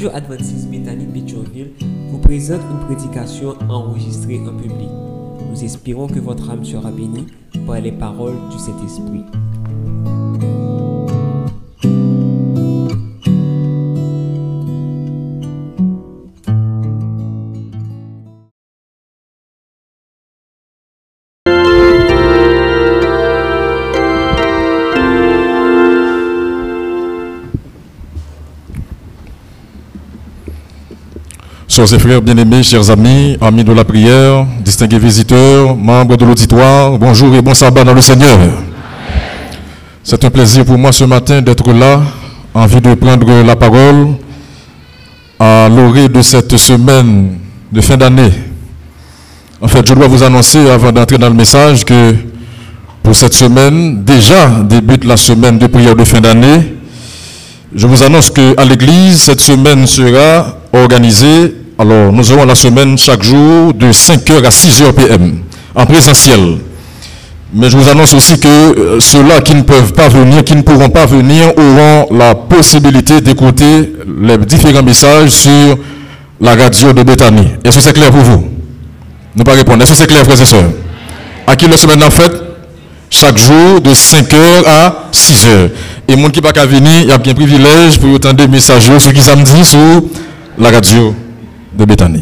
Radio Adventiste Bethany Pétionville vous présente une prédication enregistrée en public. Nous espérons que votre âme sera bénie par les paroles du Saint-Esprit. Chers et frères bien-aimés, chers amis, amis de la prière, distingués visiteurs, membres de l'auditoire, bonjour et bon sabbat dans le Seigneur. C'est un plaisir pour moi ce matin d'être là, envie de prendre la parole à l'orée de cette semaine de fin d'année. En fait, je dois vous annoncer avant d'entrer dans le message que pour cette semaine, déjà débute la semaine de prière de fin d'année. Je vous annonce qu'à l'église, cette semaine sera organisée. Alors, nous aurons la semaine chaque jour de 5h à 6h PM en présentiel. Mais je vous annonce aussi que ceux-là qui ne peuvent pas venir, qui ne pourront pas venir, auront la possibilité d'écouter les différents messages sur la radio de Bethany. Est-ce que c'est clair pour vous? Ne pas répondre. Est-ce que c'est clair, frères et sœurs? À qui la semaine en fait? Chaque jour de 5h à 6h. Et monde qui n'a pas venir, il y a bien privilège pour entendre des messages sur qui samedi sur la radio de Bethany.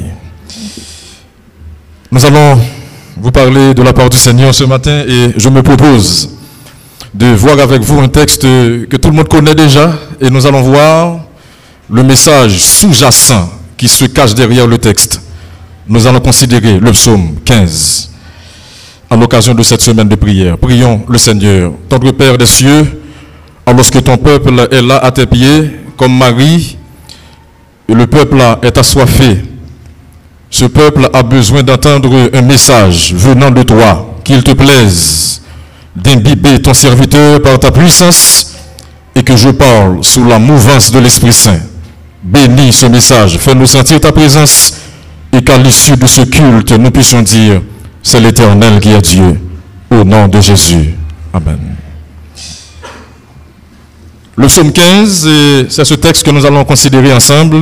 Nous allons vous parler de la part du Seigneur ce matin et je me propose de voir avec vous un texte que tout le monde connaît déjà et nous allons voir le message sous-jacent qui se cache derrière le texte. Nous allons considérer le psaume 15 à l'occasion de cette semaine de prière. Prions le Seigneur. Tendre Père des cieux, alors que ton peuple est là à tes pieds, comme Marie, et le peuple est assoiffé. Ce peuple a besoin d'entendre un message venant de toi, qu'il te plaise d'imbiber ton serviteur par ta puissance et que je parle sous la mouvance de l'Esprit Saint. Bénis ce message, fais-nous sentir ta présence et qu'à l'issue de ce culte, nous puissions dire, c'est l'Éternel qui est Dieu, au nom de Jésus. Amen. Le psaume 15, c'est ce texte que nous allons considérer ensemble.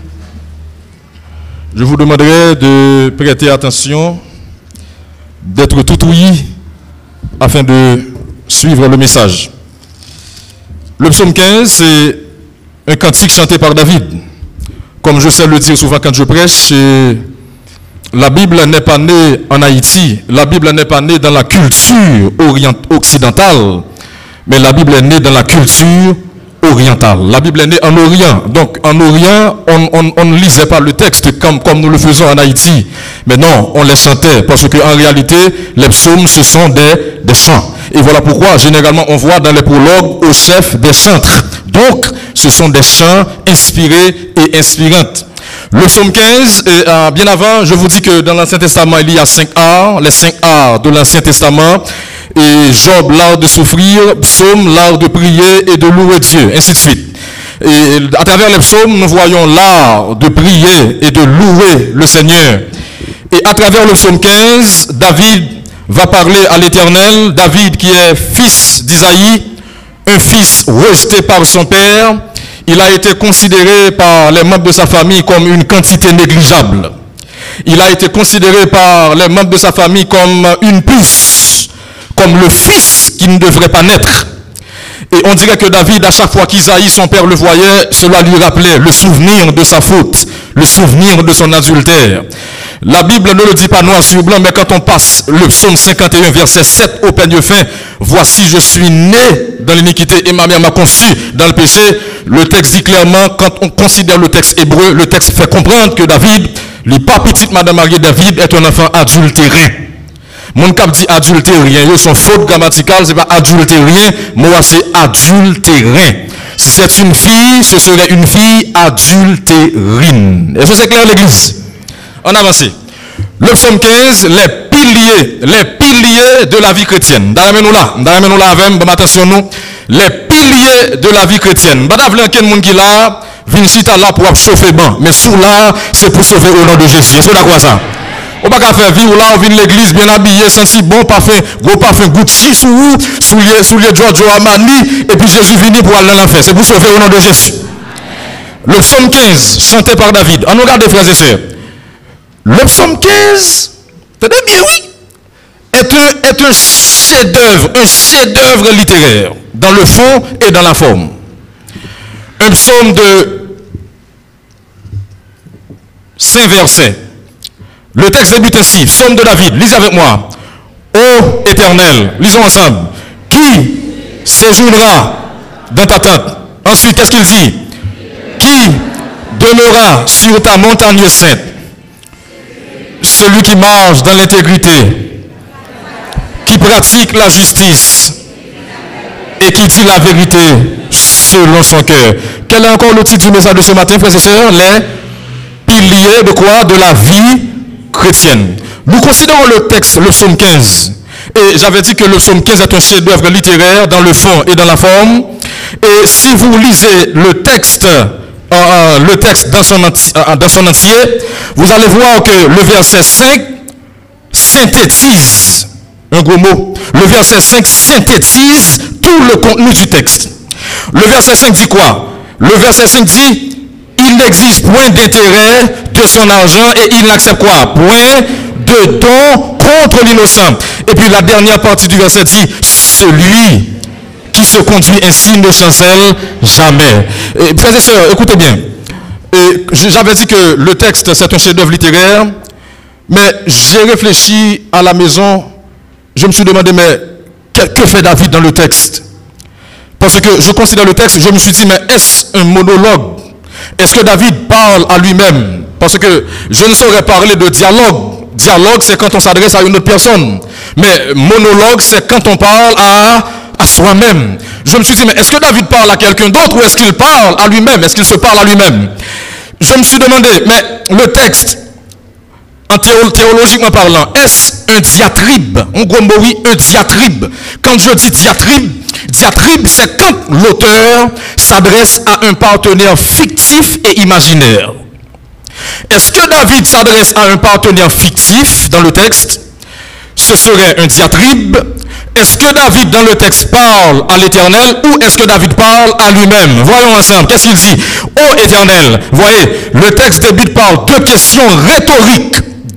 Je vous demanderai de prêter attention, d'être tout ouïe afin de suivre le message. Le psaume 15, c'est un cantique chanté par David. Comme je sais le dire souvent quand je prêche, la Bible n'est pas née en Haïti, la Bible n'est pas née dans la culture occidentale, mais la Bible est née dans la culture orientale. La Bible est née en Orient. Donc en Orient, on ne lisait pas le texte comme nous le faisons en Haïti. Mais non, on les chantait parce qu'en réalité, les psaumes, ce sont des chants. Et voilà pourquoi, généralement, on voit dans les prologues au chef des chantres. Donc, ce sont des chants inspirés et inspirantes. Le psaume 15, bien avant, je vous dis que dans l'Ancien Testament, il y a 5 arts, les 5 arts de l'Ancien Testament. Et Job, l'art de souffrir, psaume, l'art de prier et de louer Dieu, ainsi de suite. Et à travers les psaumes, nous voyons l'art de prier et de louer le Seigneur. Et à travers le psaume 15, David va parler à l'Éternel, David qui est fils d'Isaïe, un fils rejeté par son père. Il a été considéré par les membres de sa famille comme une quantité négligeable. Il a été considéré par les membres de sa famille comme une puce, comme le fils qui ne devrait pas naître. Et on dirait que David, à chaque fois qu'Isaïe, son père, le voyait, cela lui rappelait le souvenir de sa faute, le souvenir de son adultère. La Bible ne le dit pas noir sur blanc, mais quand on passe le psaume 51, verset 7 au peigne fin, voici je suis né dans l'iniquité et ma mère m'a conçu dans le péché. Le texte dit clairement, quand on considère le texte hébreu, le texte fait comprendre que David, le pas petite Madame Marie David, est un enfant adultéré. Mon cap dit adultérien, ils sont fautes grammaticales, c'est pas adultérien, moi c'est adultérin. Si c'est une fille, ce serait une fille adultérine. Est-ce que c'est clair l'église? On avance. Le psaume 15, les piliers de la vie chrétienne. Nous là avec, attention nous, les piliers de la vie chrétienne. Badavle quel monde qui là, vient chita là pour chauffer ban, mais sous là, c'est pour sauver au nom de Jésus. Est-ce que d'accord ça? On va pas faire vivre là, on vient l'église bien habillé, sensi bon parfum, gros parfum Gucci sous soulier Giorgio Armani, et puis Jésus venu pour aller dans l'enfer. C'est pour sauver au nom de Jésus. Le psaume 15, chanté par David. On regarde, frères et sœurs. Le psaume 15, tenez bien, oui, est un chef-d'œuvre littéraire, dans le fond et dans la forme. Un psaume de 5 versets. Le texte débute ainsi, psaume de David, lisez avec moi. Ô Éternel, lisons ensemble. Qui séjournera dans ta tente? Ensuite, qu'est-ce qu'il dit? Qui demeurera sur ta montagne sainte? Celui qui marche dans l'intégrité, qui pratique la justice et qui dit la vérité selon son cœur. Quel est encore le titre du message de ce matin, frères et sœurs? Les piliers de quoi? De la vie chrétienne. Nous considérons le texte, le psaume 15. Et j'avais dit que le psaume 15 est un chef-d'œuvre littéraire dans le fond et dans la forme. Et si vous lisez le texte dans son entier, vous allez voir que le verset 5 synthétise, un gros mot, le verset 5 synthétise tout le contenu du texte. Le verset 5 dit quoi? Le verset 5 dit, il n'exige point d'intérêt de son argent et il n'accepte quoi? Point de don contre l'innocent. Et puis la dernière partie du verset dit, celui qui se conduit ainsi ne chancelle jamais. Et, frères et sœurs, écoutez bien. J'avais dit que le texte, c'est un chef-d'œuvre littéraire, mais j'ai réfléchi à la maison, je me suis demandé, mais que fait David dans le texte? Parce que je considère le texte, je me suis dit, mais est-ce un monologue? Est-ce que David parle à lui-même? Parce que je ne saurais parler de dialogue. Dialogue, c'est quand on s'adresse à une autre personne. Mais monologue, c'est quand on parle à soi-même. Je me suis dit, mais est-ce que David parle à quelqu'un d'autre ou est-ce qu'il parle à lui-même? Est-ce qu'il se parle à lui-même? Je me suis demandé, mais le texte, théologiquement parlant, est-ce un diatribe? En gros mot, oui, un diatribe. Quand je dis diatribe, c'est quand l'auteur s'adresse à un partenaire fictif et imaginaire. Est-ce que David s'adresse à un partenaire fictif dans le texte? Ce serait un diatribe. Est-ce que David dans le texte parle à l'Éternel ou est-ce que David parle à lui-même? Voyons ensemble. Qu'est-ce qu'il dit? Ô Éternel, voyez, le texte débute par deux questions rhétoriques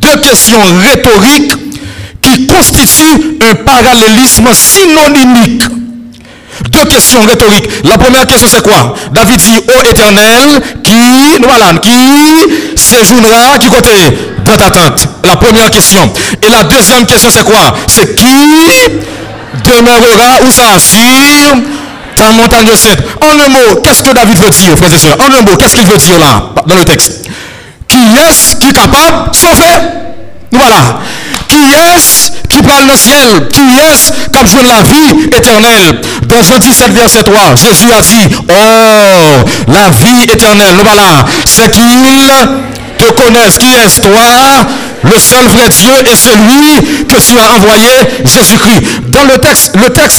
qui constituent un parallélisme synonymique. Deux questions rhétoriques. La première question c'est quoi? David dit, ô Éternel, qui séjournera, qui côté? Dans ta tente. La première question. Et la deuxième question c'est quoi? C'est qui demeurera où ça? Sur ta montagne sainte. En un mot, qu'est-ce que David veut dire, frères et sœurs? En un mot, qu'est-ce qu'il veut dire là, dans le texte? Qui est-ce qui est capable de sauver? Voilà. Qui est-ce qui parle le ciel? Qui est-ce qui a besoin de la vie éternelle? Dans Jean 17, verset 3, Jésus a dit, oh, la vie éternelle, nous voilà, c'est qu'il te connaisse. Qui est-ce? Toi, le seul vrai Dieu et celui que tu as envoyé, Jésus-Christ. Dans le texte,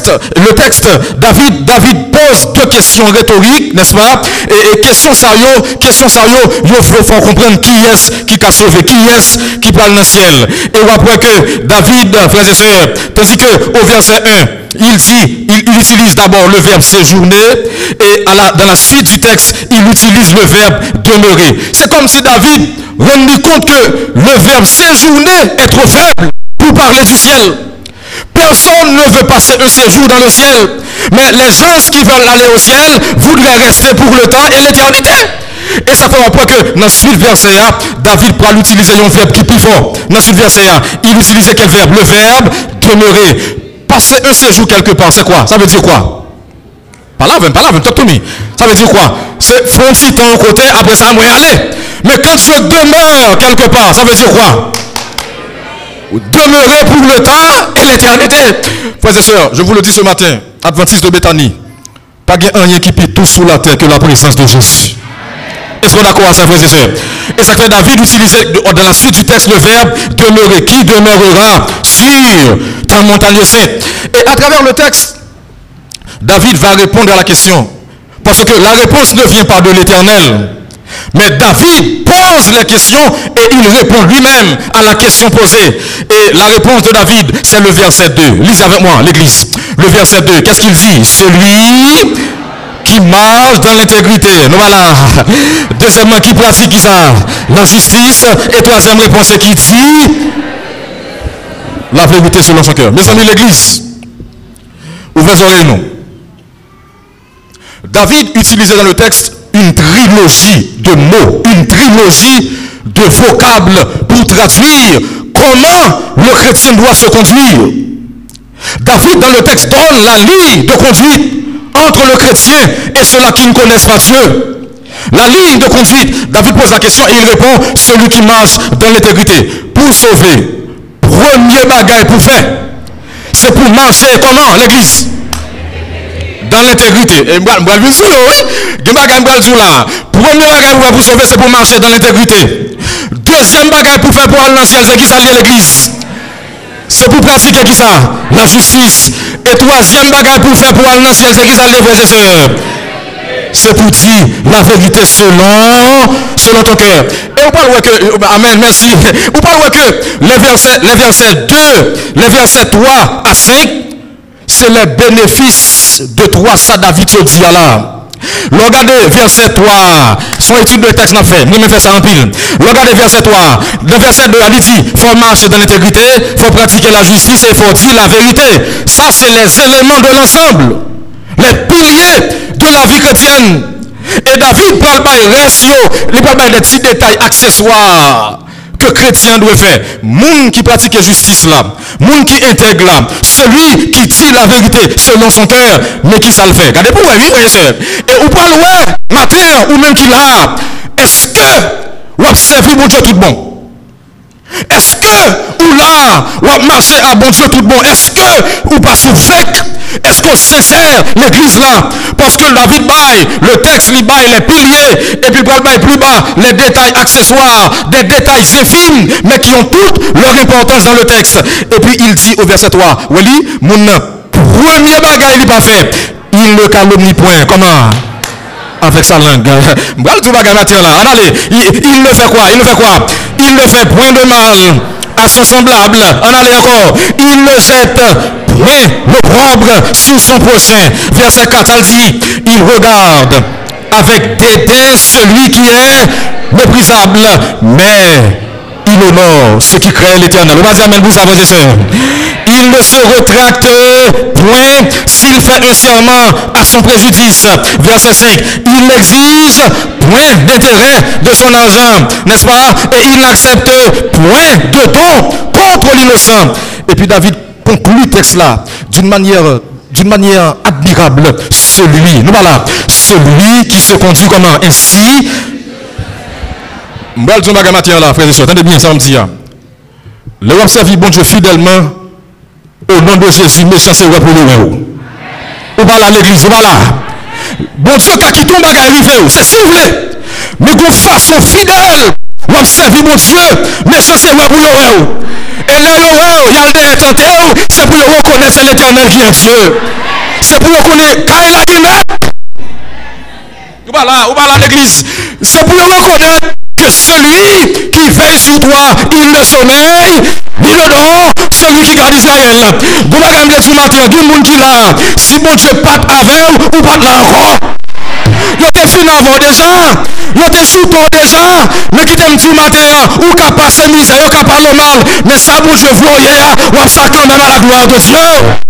David pose deux questions rhétoriques, n'est-ce pas? Et question sérieuse, il faut comprendre qui est-ce qui t'a sauvé, qui est-ce qui parle dans le ciel. Et après que David, frères et sœurs, tandis que au verset 1, il utilise d'abord le verbe séjourner et dans la suite du texte, il utilise le verbe demeurer. C'est comme si David rendu compte que le verbe séjourner est trop faible pour parler du ciel. Personne ne veut passer un séjour dans le ciel. Mais les gens qui veulent aller au ciel voudraient rester pour le temps et l'éternité. Et ça fait après que dans le suite verset A, David pourra utiliser un verbe qui est plus fort. Dans le suite verset A, il utilisait quel verbe? Le verbe demeurer. Passer un séjour quelque part, c'est quoi? Ça veut dire quoi? Pas là, talk to me. Ça veut dire quoi? C'est faire un petit temps au côté, après ça, moi aller. Mais quand je demeure quelque part, ça veut dire quoi? Demeurer pour le temps et l'éternité. Frères et sœurs, je vous le dis ce matin, Adventiste de Béthanie, pas rien qui pète tout sous la terre que la présence de Jésus. Est-ce qu'on est d'accord à ça, frères et sœurs? Et ça fait David utilisait dans la suite du texte le verbe demeurer. Qui demeurera sur ta montagne sainte? Et à travers le texte, David va répondre à la question. Parce que la réponse ne vient pas de l'Éternel. Mais David pose la question et il répond lui-même à la question posée. Et la réponse de David, c'est le verset 2. Lisez avec moi, l'église. Le verset 2, qu'est-ce qu'il dit? Celui qui qui marche dans l'intégrité. Nous voilà. Deuxièmement, qui pratique qui ça? La justice. Et troisième réponse, qui dit la vérité selon son cœur. Mes amis, l'église, ouvrez les oreilles, nous. David utilisait dans le texte une trilogie de mots, une trilogie de vocables pour traduire comment le chrétien doit se conduire. David, dans le texte, donne la ligne de conduite entre le chrétien et ceux-là qui ne connaissent pas Dieu. La ligne de conduite, David pose la question et il répond, celui qui marche dans l'intégrité. Pour sauver, premier bagage pour faire, c'est pour marcher comment? L'église. Dans l'intégrité. Et moi, oui. Premier bagage pour sauver, c'est pour marcher dans l'intégrité. Deuxième bagage pour faire pour aller dans le ciel, c'est qui s'allie à l'église. C'est pour pratiquer qui ça? La justice. Et troisième bagage pour faire pour aller dans le ciel, c'est qui s'allie, frères et sœurs? C'est pour dire la vérité selon ton cœur. Et on parle que, amen, merci. On parle que les versets 3 à 5, c'est les bénéfices de 3 ça David se dit là. Regardez verset 3, son étude de texte n'a fait, nous me fait ça en pile. Regardez verset 3, le verset 2 a dit, il faut marcher dans l'intégrité, il faut pratiquer la justice et il faut dire la vérité. Ça c'est les éléments de l'ensemble, les piliers de la vie chrétienne. Et David parle des petits détails accessoires que chrétien doit faire. Moun qui pratique justice là, moun qui intègre là, celui qui dit la vérité selon son cœur, mais qui ça le fait. Regardez pour vous, oui, frères et sœurs. Et vous parlez, matin, ou même qui là, est-ce que vous observez mon Dieu tout bon? Est-ce que ou là, ou marcher à bon Dieu tout bon? Est-ce que ou pas sous fake? Est-ce qu'on sincère l'église là? Parce que David baille, le texte lui baille les piliers, et puis il baille plus bas les détails accessoires, des détails infimes, mais qui ont toute leur importance dans le texte. Et puis il dit au verset 3, Wally, mon premier bagage il pas fait, il ne calomnie point. Comment? Avec sa langue. Il ne fait quoi? Il ne fait point de mal à son semblable. En allez encore. Il ne jette point l'opprobre sur son prochain. Verset 4, elle dit, il regarde avec dédain celui qui est méprisable, mais il honore ceux qui craignent l'Éternel. On va dire amen pour ça, frères et sœurs. Il ne se rétracte point s'il fait un serment à son préjudice. Verset 5. Il n'exige point d'intérêt de son argent, n'est-ce pas? Et il n'accepte point de don contre l'innocent. Et puis David conclut le texte là d'une manière admirable. Celui qui se conduit comment? Ainsi. M'bral ton bagay matière là, frères et sœurs, attendez bien ça me dit. Le roi servi bon Dieu fidèlement au nom de Jésus, méchant c'est roi pour le ou pas là l'église, ou pas là. Bon Dieu qui quitté ton bagay arrivé, c'est si vous voulez. Mais qu'on façon fidèle, roi servi bon Dieu, méchant c'est roi pour le et là le il y a le tenté, c'est pour reconnaître l'Éternel qui est Dieu. C'est pour reconnaître quand il a dit ou pas là l'église. C'est pour reconnaître que celui qui veille sur toi, il ne sommeille, ni le dort, celui qui garde Israël. Vous m'avez dit ce matin, du monde qui là, si mon Dieu pas avec ou pas là encore, il était fini avant déjà, il était sous toi déjà, mais qui t'aime du matin, ou qu'à passer misère, ou qu'à parler mal, mais ça, mon Dieu, voyez, ou ça quand même à la gloire de Dieu.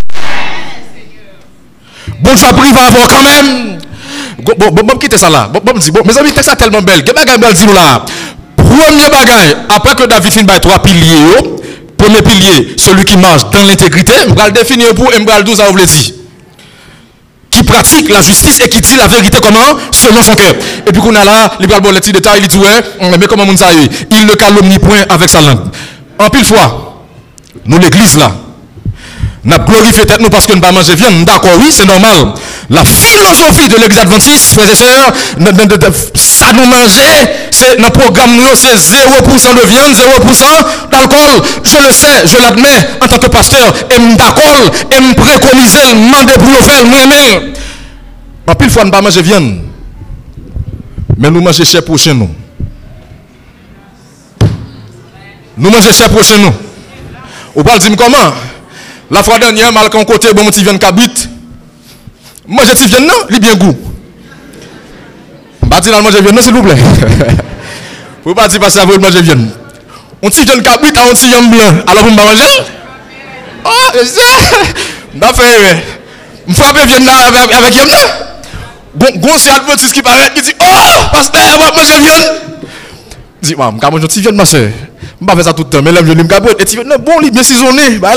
Bon Dieu, privé avant quand même. Bon, quittez ça là. Bon, mes amis, c'est ça tellement belle. Premier bagage, après que David finit par 3 piliers, premier pilier, celui qui marche dans l'intégrité, je vais le définir pour M. 12 à vous le dire. Qui pratique la justice et qui dit la vérité comment? Selon son cœur. Et puis qu'on a là, il parle bon les petits détails, il dit ouais, mais comment on ça il ne calomnie point avec sa langue. En pile fois, nous l'église là, nous glorifions tête nous parce que nous ne pas manger viande. D'accord, oui, c'est normal. La philosophie de l'église adventiste, frères et sœurs, ça nous manger, c'est notre programme, c'est 0% de viande, 0% d'alcool. Je le sais, je l'admets en tant que pasteur, et me d'accord, et me préconiser, demander pour le faire, moi-même. En pile fois, nous ne pas manger viande, mais nous mangeons cher pour chez nous. Nous mangeons cher pour chez nous. Vous parlez dire comment? La fois dernière, mal qu'un côté, bon, petit viande cabrit. Moi, je dis viande, non, il bien goût. Pas dire manger viande, non, s'il vous plaît. Vous pas dire passer à vous manger viande. On tire viande cabrit, on tire viande blanc. Alors vous me mangez? Oh, je sais. N'a fait. Me frapper viande avec viande là. Gon c'est adventiste qui paraît qui dit "Oh, pasteur, on va manger viande." Dis moi, je manger viande ma soeur. Je pas faire ça tout le temps, mais là je me cabrit et viande non bon, bien saisonné, bah là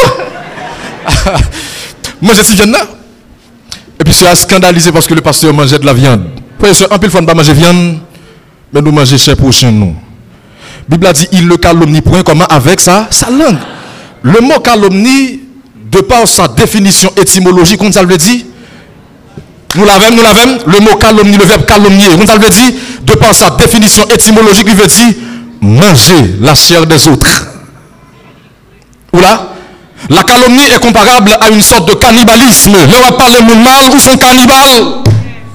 bon. Manger viande là. Et puis c'est scandalisé parce que le pasteur mangeait de la viande. Un peu de fois ne pas manger viande, mais nous manger chair prochain nous. La Bible a dit il le calomnie point comment avec sa langue. Le mot calomnie, de par sa définition étymologique, comme ça veut dire, nous l'avons, le mot calomnie, le verbe calomnier, comme ça veut dire, de par sa définition étymologique, il veut dire manger la chair des autres. Oula. La calomnie est comparable à une sorte de cannibalisme. On va parler de mal ou son cannibale.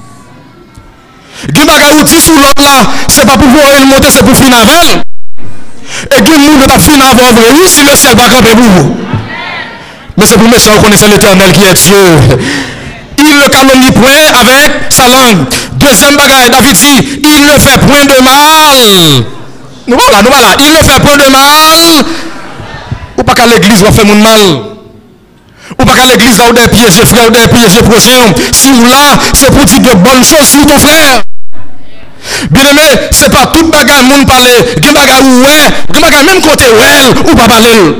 Guimagaou dit sous l'autre là, c'est pas pour pouvoir le monter, c'est pour finir avec. Et Guimagaou ne va finir avant vrai, oui, si le ciel va camper pour vous. Mais c'est pour méchant, connaissez l'Éternel qui est Dieu. Il ne calomnie point avec sa langue. Deuxième bagaille, David dit, il ne fait point de mal. Nous voilà, il ne fait point de mal. Ou pas qu'à l'église va faire mon mal. Ou pas qu'à l'église va des pieds, frère, des pieds, prochain. Si vous là, c'est pour dire de bonnes choses sur ton frère. Bien aimé, c'est pas tout bagage monde parler. Des bagages ouais, des bagages même côté ouais ou pas parler.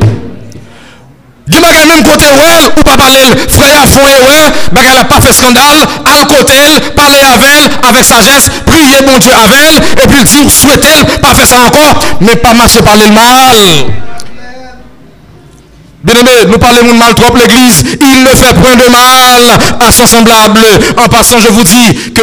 Des bagages même côté ouais ou pas parler. Frère à fond et ouais, bagage n'a pas fait scandale, à côté parler avec sagesse, prier bon Dieu avec elle, et puis dire souhaiter pas faire ça encore, mais pas marcher parler le mal. Bien-aimé, nous parlons de mal trop l'église, il ne fait point de mal à son semblable. En passant, je vous dis que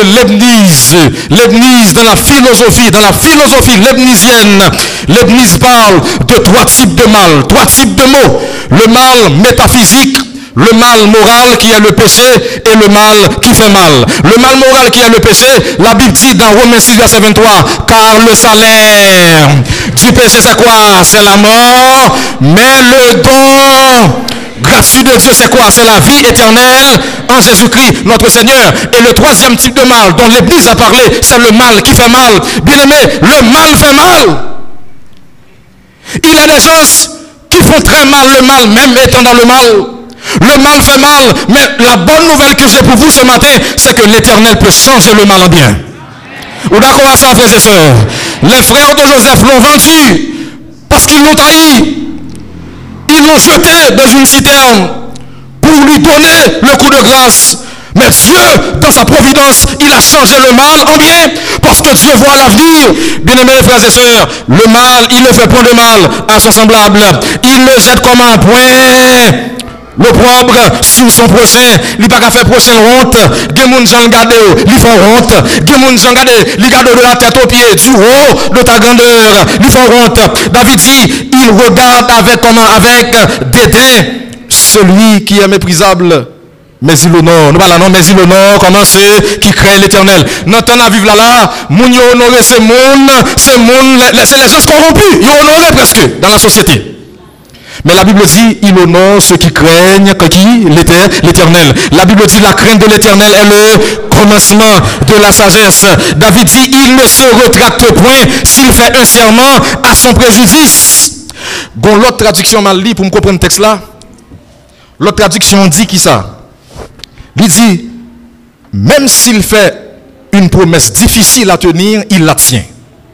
Leibniz dans la philosophie leibnizienne, Leibniz parle de trois types de mal, trois types de mots. Le mal métaphysique, le mal moral qui est le péché et le mal qui fait mal. Le mal moral qui est le péché, la Bible dit dans Romains 6, verset 23, car le salaire du péché c'est quoi? C'est la mort, mais le don gratuit de Dieu c'est quoi? C'est la vie éternelle en Jésus-Christ notre Seigneur. Et le troisième type de mal dont l'Église a parlé, c'est le mal qui fait mal. Bien aimé, le mal fait mal. Il y a des choses qui font très mal le mal, même étant dans le mal. Le mal fait mal, mais la bonne nouvelle que j'ai pour vous ce matin, c'est que l'Éternel peut changer le mal en bien. Vous d'accord à ça, frères et sœurs? Les frères de Joseph l'ont vendu parce qu'ils l'ont trahi. Ils l'ont jeté dans une citerne pour lui donner le coup de grâce. Mais Dieu, dans sa providence, il a changé le mal en bien parce que Dieu voit l'avenir. Bien-aimés frères et sœurs, le mal, il ne fait point de mal à son semblable. Il le jette comme un point. Le propre sur son prochain, il n'a pas qu'à faire prochaine honte. Des gens qui regardent, ils font honte. Des gens qui regardent de la tête aux pieds, du haut de ta grandeur, ils font honte. David dit, il regarde avec dédain celui qui est méprisable. Mais il honore, nous parlons non, mais il honore, comment c'est qui crée l'Éternel. Nous temps à vivre là, moun yo honoré ces moun, c'est les gens corrompus, ils honorent presque dans la société. Mais la Bible dit, il honore ceux qui craignent l'Éternel. La Bible dit, la crainte de l'Éternel est le commencement de la sagesse. David dit, il ne se retracte point s'il fait un serment à son préjudice. Bon, l'autre traduction mal lit pour me comprendre le texte là. L'autre traduction dit qui ça? Il dit, même s'il fait une promesse difficile à tenir, il la tient.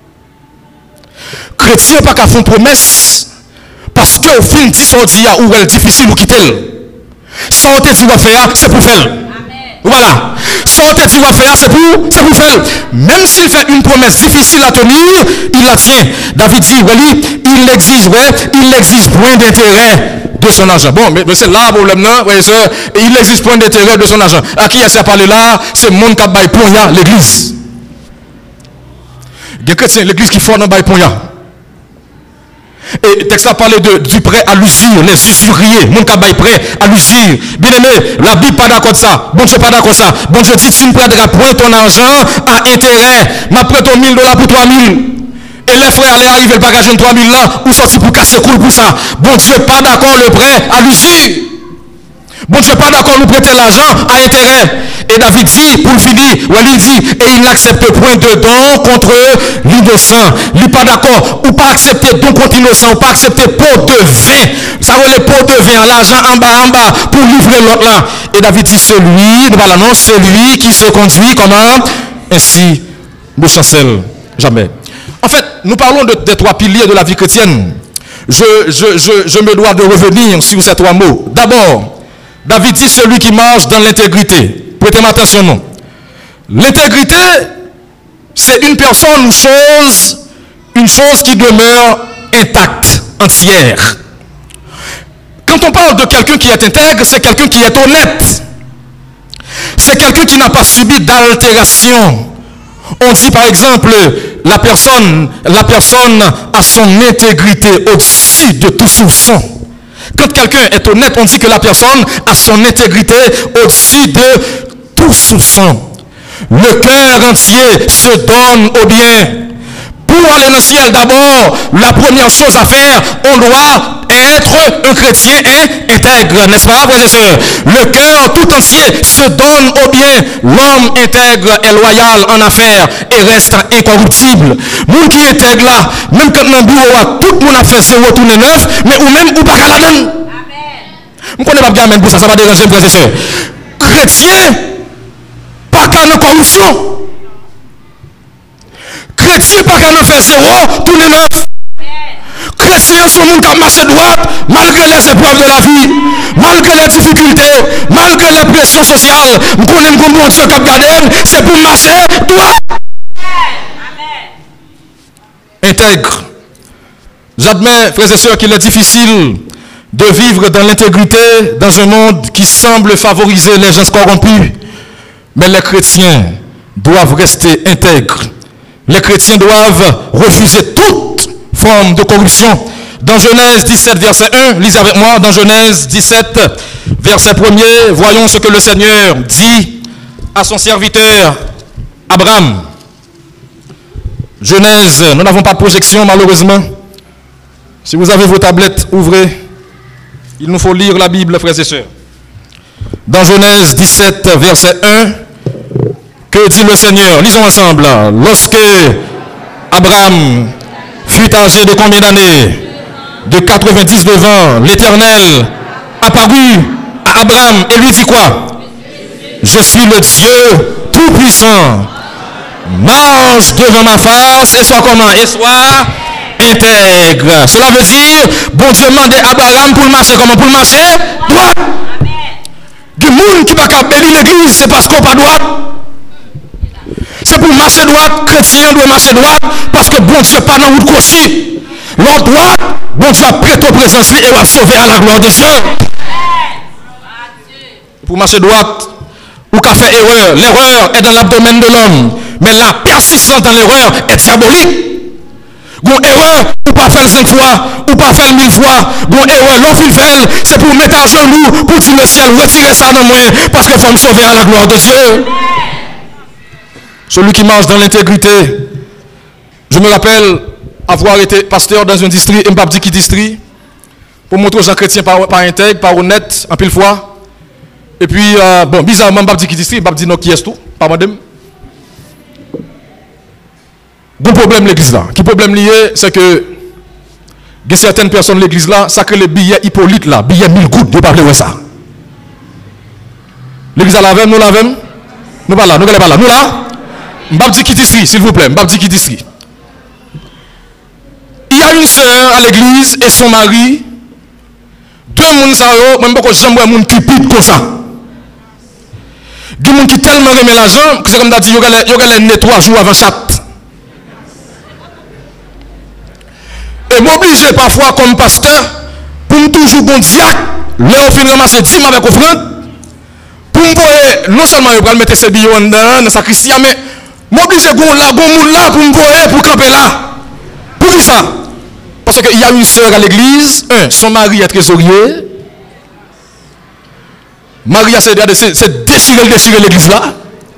Chrétien pas qu'à faire une promesse. Parce qu'au fin de son dia où elle est difficile ou quitter. Sans te dire faire, c'est pour faire. Voilà. Sans te dire faire, c'est pour faire. Même s'il fait une promesse difficile à tenir, il la tient. David dit, oui, il n'existe point d'intérêt de son argent. Bon, mais c'est là le problème, non? Il n'existe point d'intérêt de son argent. À qui est-ce parlé là? C'est mon qui baille pour l'église. Il y a chrétien, l'église qui fort dans baille pour et le texte a parlé du prêt à l'usure, les usuriers, mon cabaye prêt à l'usure. Bien aimé, la Bible pas d'accord de ça. Bon Dieu pas d'accord ça. Bon Dieu dit, tu ne prêteras point ton argent à intérêt. Ma prête $1 000 pour 3 000. Et les frères allaient arriver le bagage de 3 000 là, ou sortir pour casser cool pour ça. Bon Dieu pas d'accord le prêt à l'usure. Bon Dieu pas d'accord nous prêter c'est l'argent à intérêt. Et David dit, pour le finir, il dit, et il n'accepte point de don contre l'innocent. Il n'est pas d'accord, ou pas accepter don contre l'innocent, ou pas accepter pot de vin. Ça veut les pots de vin, l'argent en bas, pour livrer l'autre là. Et David dit, celui qui se conduit comment? Ainsi ne chancelle jamais. En fait, nous parlons des trois piliers de la vie chrétienne. Je me dois de revenir sur ces trois mots. D'abord, David dit celui qui marche dans l'intégrité. Prêtez-moi attention, non. L'intégrité, c'est une personne ou une chose qui demeure intacte, entière. Quand on parle de quelqu'un qui est intègre, c'est quelqu'un qui est honnête. C'est quelqu'un qui n'a pas subi d'altération. On dit par exemple, la personne a son intégrité au-dessus de tout soupçon. Quand quelqu'un est honnête, on dit que la personne a son intégrité au-dessus de tout soupçon. Le cœur entier se donne au bien. Pour aller dans le ciel, d'abord, la première chose à faire, on doit être un chrétien intègre, n'est-ce pas, frères et sœurs? Le cœur tout entier se donne au bien. L'homme intègre est loyal en affaires et reste incorruptible. Moun qui intègre là, même quand dans le bureau, tout le monde a fait 0 tourner 9, mais ou même ou pas qu'à la donne. Je ne connais pas bien pour ça, ça va déranger, frères et sœurs. Chrétien, pas qu'à la corruption. Chrétien pas qu'à faire 0, tourner 9. Chrétien sont monde qui a marché droite, malgré les épreuves de la vie, malgré les difficultés, malgré les pressions sociales. Nous connaissons comme bon Dieu qui a gardé, c'est pour marcher droit. Intègre. J'admets, frères et sœurs, qu'il est difficile de vivre dans l'intégrité dans un monde qui semble favoriser les gens corrompus. Mais les chrétiens doivent rester intègres. Les chrétiens doivent refuser toute forme de corruption. Dans Genèse 17, verset 1, lisez avec moi, dans Genèse 17, verset 1er, voyons ce que le Seigneur dit à son serviteur Abraham. Genèse, nous n'avons pas de projection malheureusement. Si vous avez vos tablettes, ouvrez. Il nous faut lire la Bible, frères et sœurs. Dans Genèse 17, verset 1, que dit le Seigneur? Lisons ensemble. Lorsque Abraham fut âgé de combien d'années? De 99 ans. L'Éternel apparut à Abraham et lui dit quoi? Je suis le Dieu Tout-Puissant. Marche devant ma face et sois comment? Et sois intègre. Cela veut dire, bon Dieu demande à Abraham pour le marcher comment? Pour le marcher droit. Du monde qui ne peut pas bénir l'église, c'est parce qu'on n'a pas droit. C'est pour marcher droit, chrétien doit marcher droit, parce que bon Dieu pas dans route cochée. L'autre droit, bon Dieu a prêté aux présence et va sauver à la gloire de Dieu. Pour marcher droit, ou qu'a fait erreur. L'erreur est dans l'abdomen de l'homme, mais la persistance dans l'erreur est diabolique. Bon erreur, ou pas faire 5 fois, ou pas faire 1000 fois. Bon erreur, l'offre c'est pour mettre à genoux, pour dire le ciel, retirer ça dans moi, parce qu'il faut me sauver à la gloire de Dieu. Celui qui marche dans l'intégrité. Je me rappelle avoir été pasteur dans un district, et je ne sais pas qui district, pour montrer aux gens chrétiens pas intègres, pas honnêtes, en pile fois. Et puis, bon, bizarrement, je ne sais pas qui district, je ne sais pas non qui est tout, pas madame. Bon problème l'église là. Qui problème lié, c'est que il y a certaines personnes de l'église là, ça que les billets Hippolyte là, billets 1000 gouttes, de parler de ça. L'église à la veille, nous la veille. Nous pas là, nous pas là. Nous là. M'babdi qui district, s'il vous plaît, m'babdi qui district. Il y a une sœur à l'église et son mari. Deux moun sa yo, même beaucoup j'aime moun cupide comme ça. Deux moun qui tellement remet l'argent, que c'est comme dit, yo gale nettoie jour avant chat. Et m'obliger parfois comme pasteur pour me toujours bon diacre, là au fin ramasser 10 avec offrande. Pour me non seulement je vais mettre ces billets dans la sacristie, mais m'obliger gon là pour me voir pour camper là. Pour qui ça? Parce qu'il y a une sœur à l'église, son mari est trésorier. Maria c'est déchirer l'église là.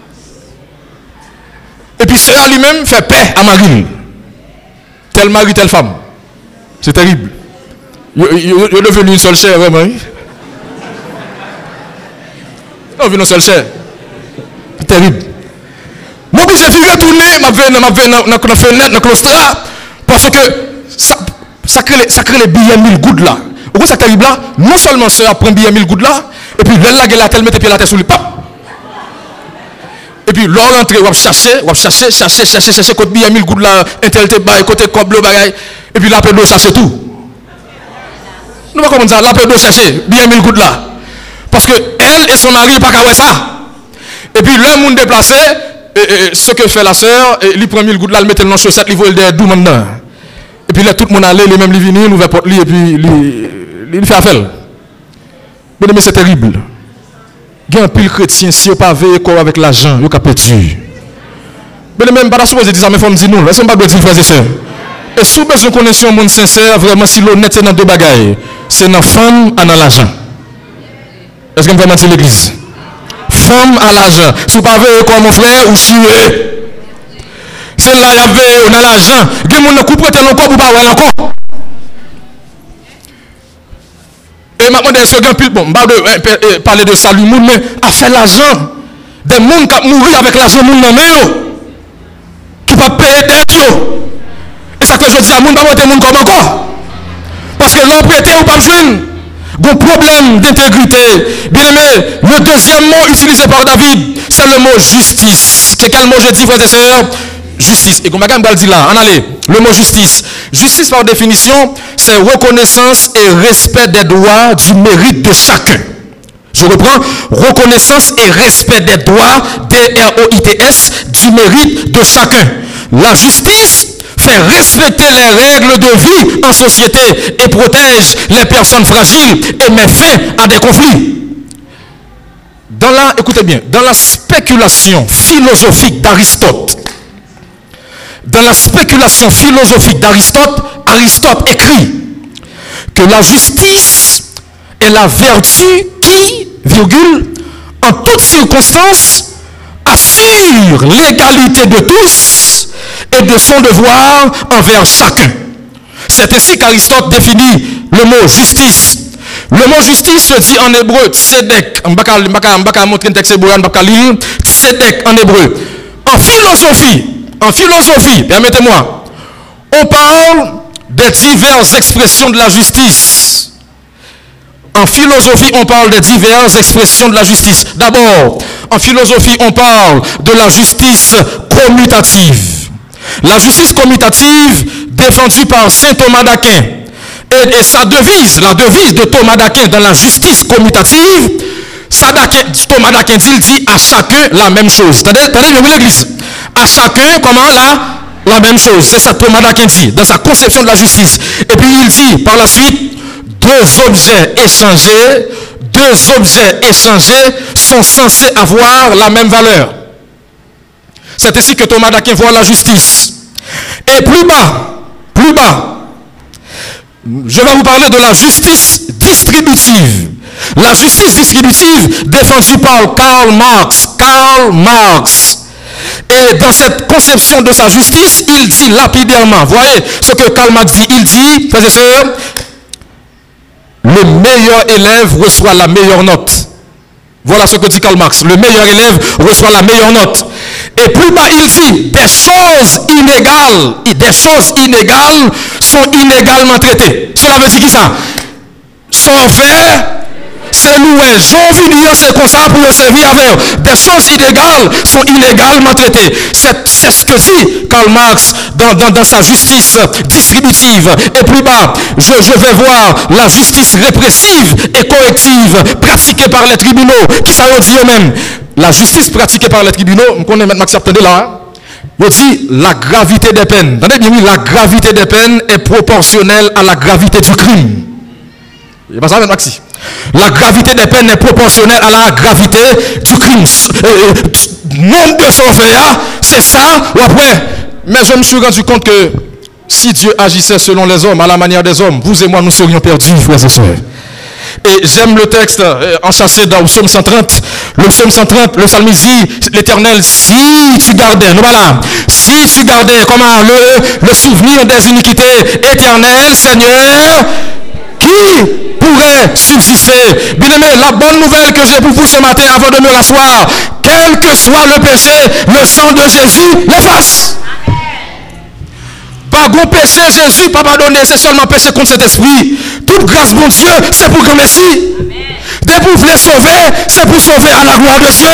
Et puis sœur lui-même fait paix à Marie. Tel mari, telle femme. C'est terrible. Il est devenu une seule chair, vraiment. On vit non seul cher. Terrible. Moi, j'ai fait retourner, m'a fait dans la fenêtre, dans le claustre, parce que ça crée les billets 1000 gouttes là. Au gros, ça terrible là, non seulement ça prend billet 1000 gouttes là, et puis là, la telle mette pied la tête sur le pape. Et puis, l'on rentre, on va chercher, côté billet 1000 gouttes là, intellectuel, côté coble, bagaille, et puis la pédo chercher tout. Nous ne comment ça, la pédo chercher, billet 1000 gouttes là. Parce que elle et son mari, pas qu'à ça. Et puis, le monde déplacé, ce que fait la sœur, il prend 1000 gouttes là, il met dans la chaussette, il vole des 12 maintenant. Et puis là, tout le monde allait, les mêmes, il vient, il ouvre la porte, et puis il fait affaire. Mais c'est terrible. Il y a un pile chrétien, si on pas veillé avec l'argent, il y a perdu. Mais même, pas supposé dire ça, mais il faut me dire non. Laissez-moi pas dire, frères et sœurs. Et si vous besoin de connaître un monde sincère, vraiment, si l'honnête, c'est dans deux bagailles. C'est dans la femme et dans l'argent. Est-ce que vous pouvez mentir l'église? Femme à l'argent. Si vous ne pouvez pas comme mon frère, ou si c'est là, il y avait dans l'argent. Il y a des gens qui couvrent le corps pour pas avoir encore. Et maintenant, est-ce que vous bon, parler de salut, mais à faire l'argent. Des gens qui mourir avec l'argent, qui ne peuvent pas payer des dettes. Et ça que je dis à moun, pas des gens comme encore. Parce que l'on prêté ou pas besoin. Un problème d'intégrité. Bien aimé, le deuxième mot utilisé par David, c'est le mot justice. C'est quel mot je dis, frères et sœurs? Justice. Et comme je dis là, en allez, le mot justice. Justice, par définition, c'est reconnaissance et respect des droits du mérite de chacun. Je reprends, reconnaissance et respect des droits, D-R-O-I-T-S, du mérite de chacun. La justice fait respecter les règles de vie en société et protège les personnes fragiles et met fin à des conflits. Écoutez bien, dans la spéculation philosophique d'Aristote, Aristote écrit que la justice est la vertu qui, virgule, en toutes circonstances, assure l'égalité de tous et de son devoir envers chacun. C'est ainsi qu'Aristote définit le mot justice. Le mot justice se dit en hébreu tzedek. Je ne vais pas montrer un texte hébreu, je ne vais pas lire. Tzedek en hébreu. En philosophie, permettez-moi, on parle des diverses expressions de la justice. En philosophie, on parle des diverses expressions de la justice. D'abord, en philosophie, on parle de la justice commutative. La justice commutative défendue par saint Thomas d'Aquin. Et sa devise, la devise de Thomas d'Aquin dans la justice commutative, Thomas d'Aquin dit à chacun la même chose. Attendez, l'église. À chacun, comment la même chose. C'est ça Thomas d'Aquin dit dans sa conception de la justice. Et puis il dit par la suite, deux objets échangés sont censés avoir la même valeur. C'est ainsi que Thomas d'Aquin voit la justice. Et plus bas, je vais vous parler de la justice distributive. La justice distributive défendue par Karl Marx. Et dans cette conception de sa justice, il dit lapidairement, voyez ce que Karl Marx dit, il dit, frères et sœurs, le meilleur élève reçoit la meilleure note. Voilà ce que dit Karl Marx. Le meilleur élève reçoit la meilleure note. Et plus bas, il dit, des choses inégales sont inégalement traitées. Cela veut dire qui ça? Sont faits, c'est nous, Jean c'est comme ça pour le servir avec. Des choses inégales sont inégalement traitées. C'est ce que dit Karl Marx dans sa justice distributive. Et plus bas, je vais voir la justice répressive et corrective pratiquée par les tribunaux. Qui ça dit eux-mêmes? La justice pratiquée par les tribunaux, on connaît maintenant que ça attendez là. Il dit la gravité des peines. Attendez bien, oui, la gravité des peines est proportionnelle à la gravité du crime. Il n'y a pas ça maintenant, Maxi. La gravité des peines est proportionnelle à la gravité du crime. Nombre de son fait, c'est ça, ou après. Mais je me suis rendu compte que si Dieu agissait selon les hommes, à la manière des hommes, vous et moi, nous serions perdus, frères et sœurs. Et j'aime le texte enchâssé dans le psaume 130. Le psaume 130, le psalmiste dit, l'Éternel, si tu gardais, nous voilà, si tu gardais, comment, le souvenir des iniquités, Éternel, Seigneur, qui pourrait subsister. Bien-aimé, la bonne nouvelle que j'ai pour vous ce matin avant de me rasseoir, quel que soit le péché, le sang de Jésus l'efface. Pas gros péché, Jésus pas pardonné, c'est seulement péché contre cet esprit. Toute grâce, bon Dieu, c'est pour grand merci. Dès que vous voulez sauver, c'est pour sauver à la gloire de Dieu.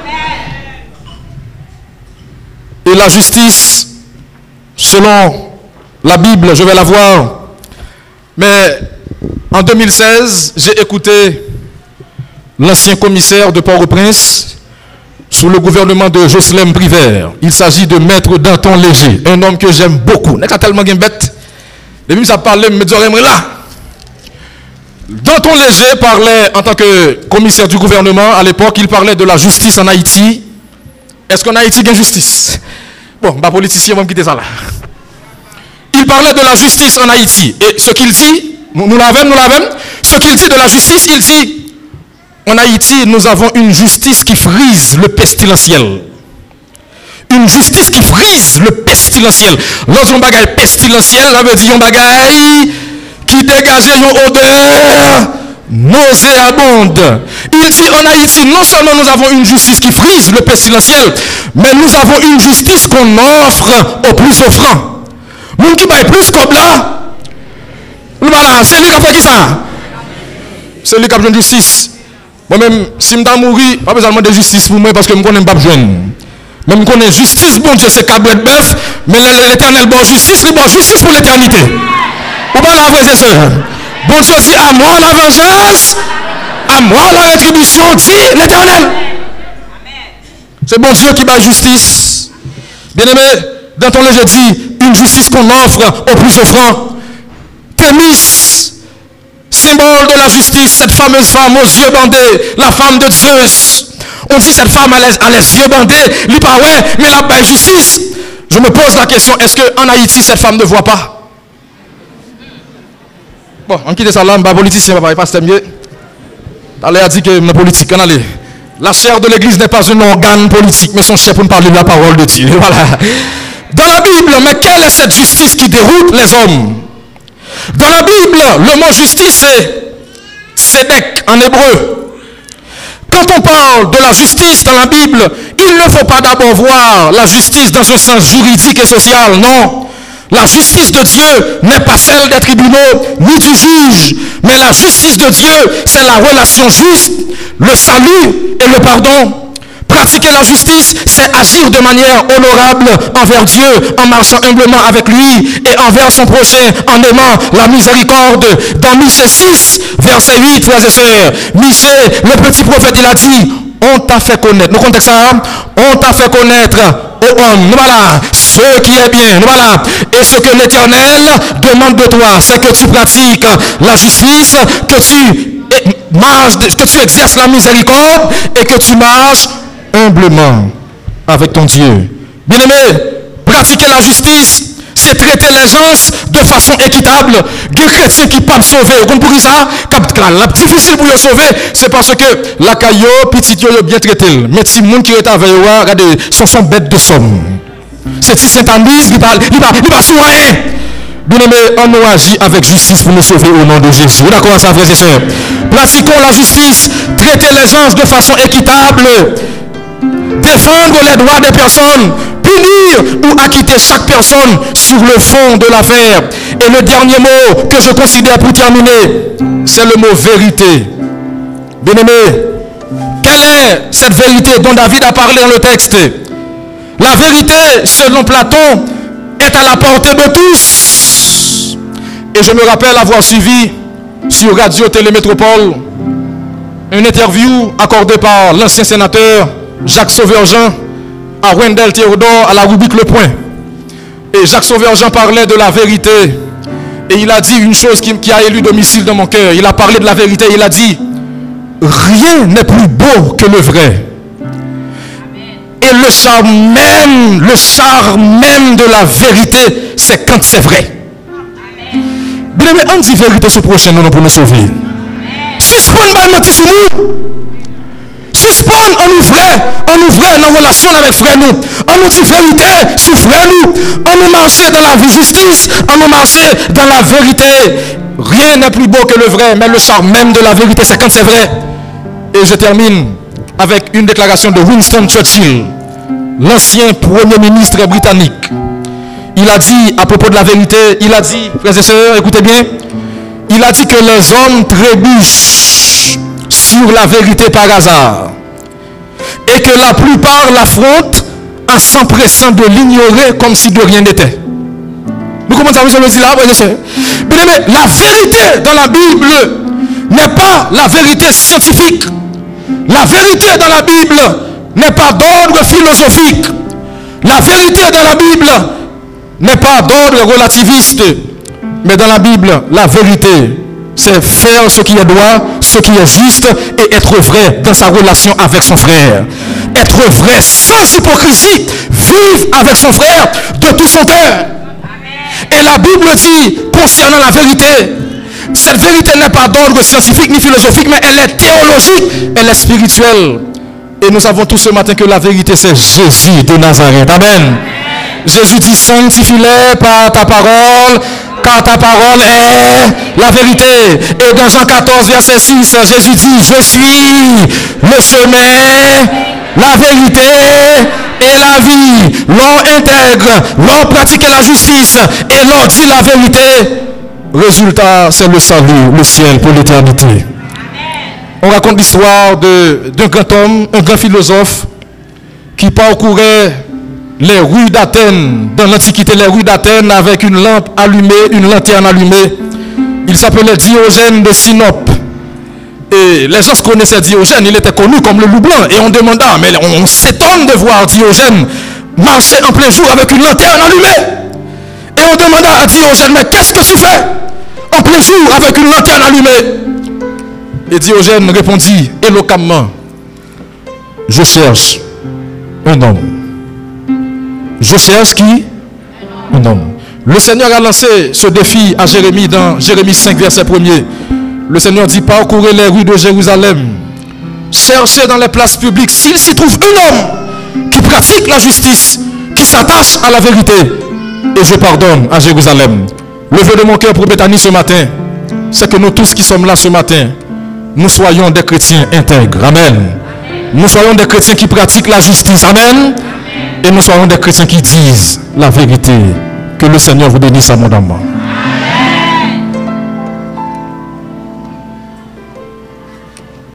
Et la justice, selon la Bible, je vais la voir. Mais en 2016, j'ai écouté l'ancien commissaire de Port-au-Prince sous le gouvernement de Jocelyn Privert. Il s'agit de Maître Danton Léger, un homme que j'aime beaucoup. N'est-ce pas tellement bête? Depuis ça parlait, me disait là. Danton Léger parlait en tant que commissaire du gouvernement. À l'époque, il parlait de la justice en Haïti. Est-ce qu'en Haïti, il y a justice? Bon, bah, politicien, on va me quitter ça là. Il parlait de la justice en Haïti. Et ce qu'il dit, nous l'avons. Ce qu'il dit de la justice, il dit, en Haïti, nous avons une justice qui frise le pestilentiel. Une justice qui frise le pestilentiel. Lorsqu'on bagaille pestilentiel, ça veut dire un bagaille qui dégage une odeur nauséabonde. Il dit en Haïti, non seulement nous avons une justice qui frise le pestilentiel, mais nous avons une justice qu'on offre aux plus offrants. Moun qui paye plus comme là, voilà, c'est lui qui a fait qui ça? C'est lui qui a besoin de justice. Moi-même, si je suis mort, pas besoin de justice pour moi parce que je ne connais pas besoin. Même je connais justice, bon Dieu, c'est cabret de bœuf, mais l'éternel, bon justice, c'est bon justice pour l'éternité. Ou pas la vraie, c'est ça. Bon Dieu dit à moi la vengeance, à moi la rétribution, dit l'éternel. C'est bon Dieu qui bat justice. Bien-aimé, dans ton léger dit, une justice qu'on offre aux plus offrants. Thémis, symbole de la justice, cette fameuse femme aux yeux bandés, la femme de Zeus. On dit cette femme a les yeux bandés, lui pas ouais, mais la belle justice. Je me pose la question, est-ce qu'en Haïti, cette femme ne voit pas? Bon, on quitte ça là, je ne suis pas politicien, je ne suis pas mieux. Allez, a dit que la politique, allez. La chair de l'église n'est pas un organe politique, mais son chef pour nous parler de la parole de Dieu. Voilà. Dans la Bible, mais quelle est cette justice qui déroute les hommes? Dans la Bible, le mot justice c'est tzedek en hébreu. Quand on parle de la justice dans la Bible, il ne faut pas d'abord voir la justice dans un sens juridique et social, non. La justice de Dieu n'est pas celle des tribunaux ni du juge, mais la justice de Dieu, c'est la relation juste, le salut et le pardon. Pratiquer la justice, c'est agir de manière honorable envers Dieu, en marchant humblement avec lui et envers son prochain, en aimant la miséricorde. Dans Michée 6, verset 8, frères et sœurs, Michée, le petit prophète, il a dit, on t'a fait connaître, nous contexte ça, on t'a fait connaître aux hommes, voilà, ce qui est bien, voilà, et ce que l'Éternel demande de toi, c'est que tu pratiques la justice, que tu exerces la miséricorde et que tu marches humblement avec ton Dieu. Bien-aimé, pratiquer la justice, c'est traiter les gens de façon équitable. Des chrétiens qui ne peuvent pas sauver. Vous comprenez ça? La difficile pour les sauver, c'est parce que la caillou, petit yo bien traité. Mais si les gens qui est avec eux, regardez, sont bêtes de somme. C'est si Saint-Anise, il va sur rien. Bien-aimé, on nous agit avec justice pour nous sauver au nom de Jésus. D'accord, ça, frères et sœurs? Pratiquons la justice, traiter les gens de façon équitable. Défendre les droits des personnes, punir ou acquitter chaque personne sur le fond de l'affaire. Et le dernier mot que je considère pour terminer, c'est le mot vérité. Bien-aimé, quelle est cette vérité dont David a parlé dans le texte? La vérité, selon Platon, est à la portée de tous. Et je me rappelle avoir suivi sur Radio Télémétropole une interview accordée par l'ancien sénateur Jacques Sauveur-Jean à Wendell Théodore à la rubrique Le Point. Et Jacques Sauveur-Jean parlait de la vérité. Et il a dit une chose qui a élu domicile dans mon cœur. Il a parlé de la vérité. Il a dit, rien n'est plus beau que le vrai. Et le charme même de la vérité, c'est quand c'est vrai. Bien aimé, on dit vérité ce prochain nom pour nous sauver. Suspend pas mentir sur nous. Suspend en nous vrai dans relation avec frère nous. On nous dit vérité sur frère nous. On nous marche dans la justice, on nous marche dans la vérité. rien n'est plus beau que le vrai, mais le charme même de la vérité, c'est quand c'est vrai. Et je termine avec une déclaration de Winston Churchill, l'ancien premier ministre britannique. Il a dit à propos de la vérité, il a dit, frères et sœurs, écoutez bien, il a dit que les hommes trébuchent sur la vérité par hasard et que la plupart l'affrontent en s'empressant de l'ignorer comme si de rien n'était. Nous commençons à vous le dire là, frères et sœurs. Bien aimé, la vérité dans la Bible n'est pas la vérité scientifique. La vérité dans la Bible n'est pas d'ordre philosophique. La vérité dans la Bible n'est pas d'ordre relativiste. Mais dans la Bible, la vérité, c'est faire ce qui est droit, ce qui est juste et être vrai dans sa relation avec son frère. Être vrai sans hypocrisie, vivre avec son frère de tout son cœur. Et la Bible dit concernant la vérité, cette vérité n'est pas d'ordre scientifique ni philosophique, mais elle est théologique, elle est spirituelle. Et nous savons tous ce matin que la vérité, c'est Jésus de Nazareth. Amen. Jésus dit, sanctifie-les par ta parole, car ta parole est la vérité. Et dans Jean 14, verset 6, Jésus dit, je suis le chemin, la vérité et la vie. L'on intègre, l'on pratique la justice et l'on dit la vérité. Résultat, c'est le salut, le ciel pour l'éternité. On raconte l'histoire d'un grand homme, un grand philosophe qui parcourait les rues d'Athènes, dans l'Antiquité, les rues d'Athènes avec une lampe allumée, une lanterne allumée. Il s'appelait Diogène de Sinope. Et les gens connaissaient Diogène, il était connu comme le loup blanc. Et on demanda, mais on s'étonne de voir Diogène marcher en plein jour avec une lanterne allumée. Et on demanda à Diogène, mais qu'est-ce que tu fais en plein jour avec une lanterne allumée? Et Diogène répondit éloquemment, je cherche un homme. Je cherche qui? Un homme. Le Seigneur a lancé ce défi à Jérémie dans Jérémie 5, verset 1er. Le Seigneur dit, parcourez les rues de Jérusalem, cherchez dans les places publiques s'il s'y trouve un homme qui pratique la justice, qui s'attache à la vérité, et je pardonne à Jérusalem. Le vœu de mon cœur pour Béthanie ce matin, c'est que nous tous qui sommes là ce matin, nous soyons des chrétiens intègres. Amen. Nous soyons des chrétiens qui pratiquent la justice. Amen. Et nous soyons des chrétiens qui disent la vérité. Que le Seigneur vous bénisse abondamment.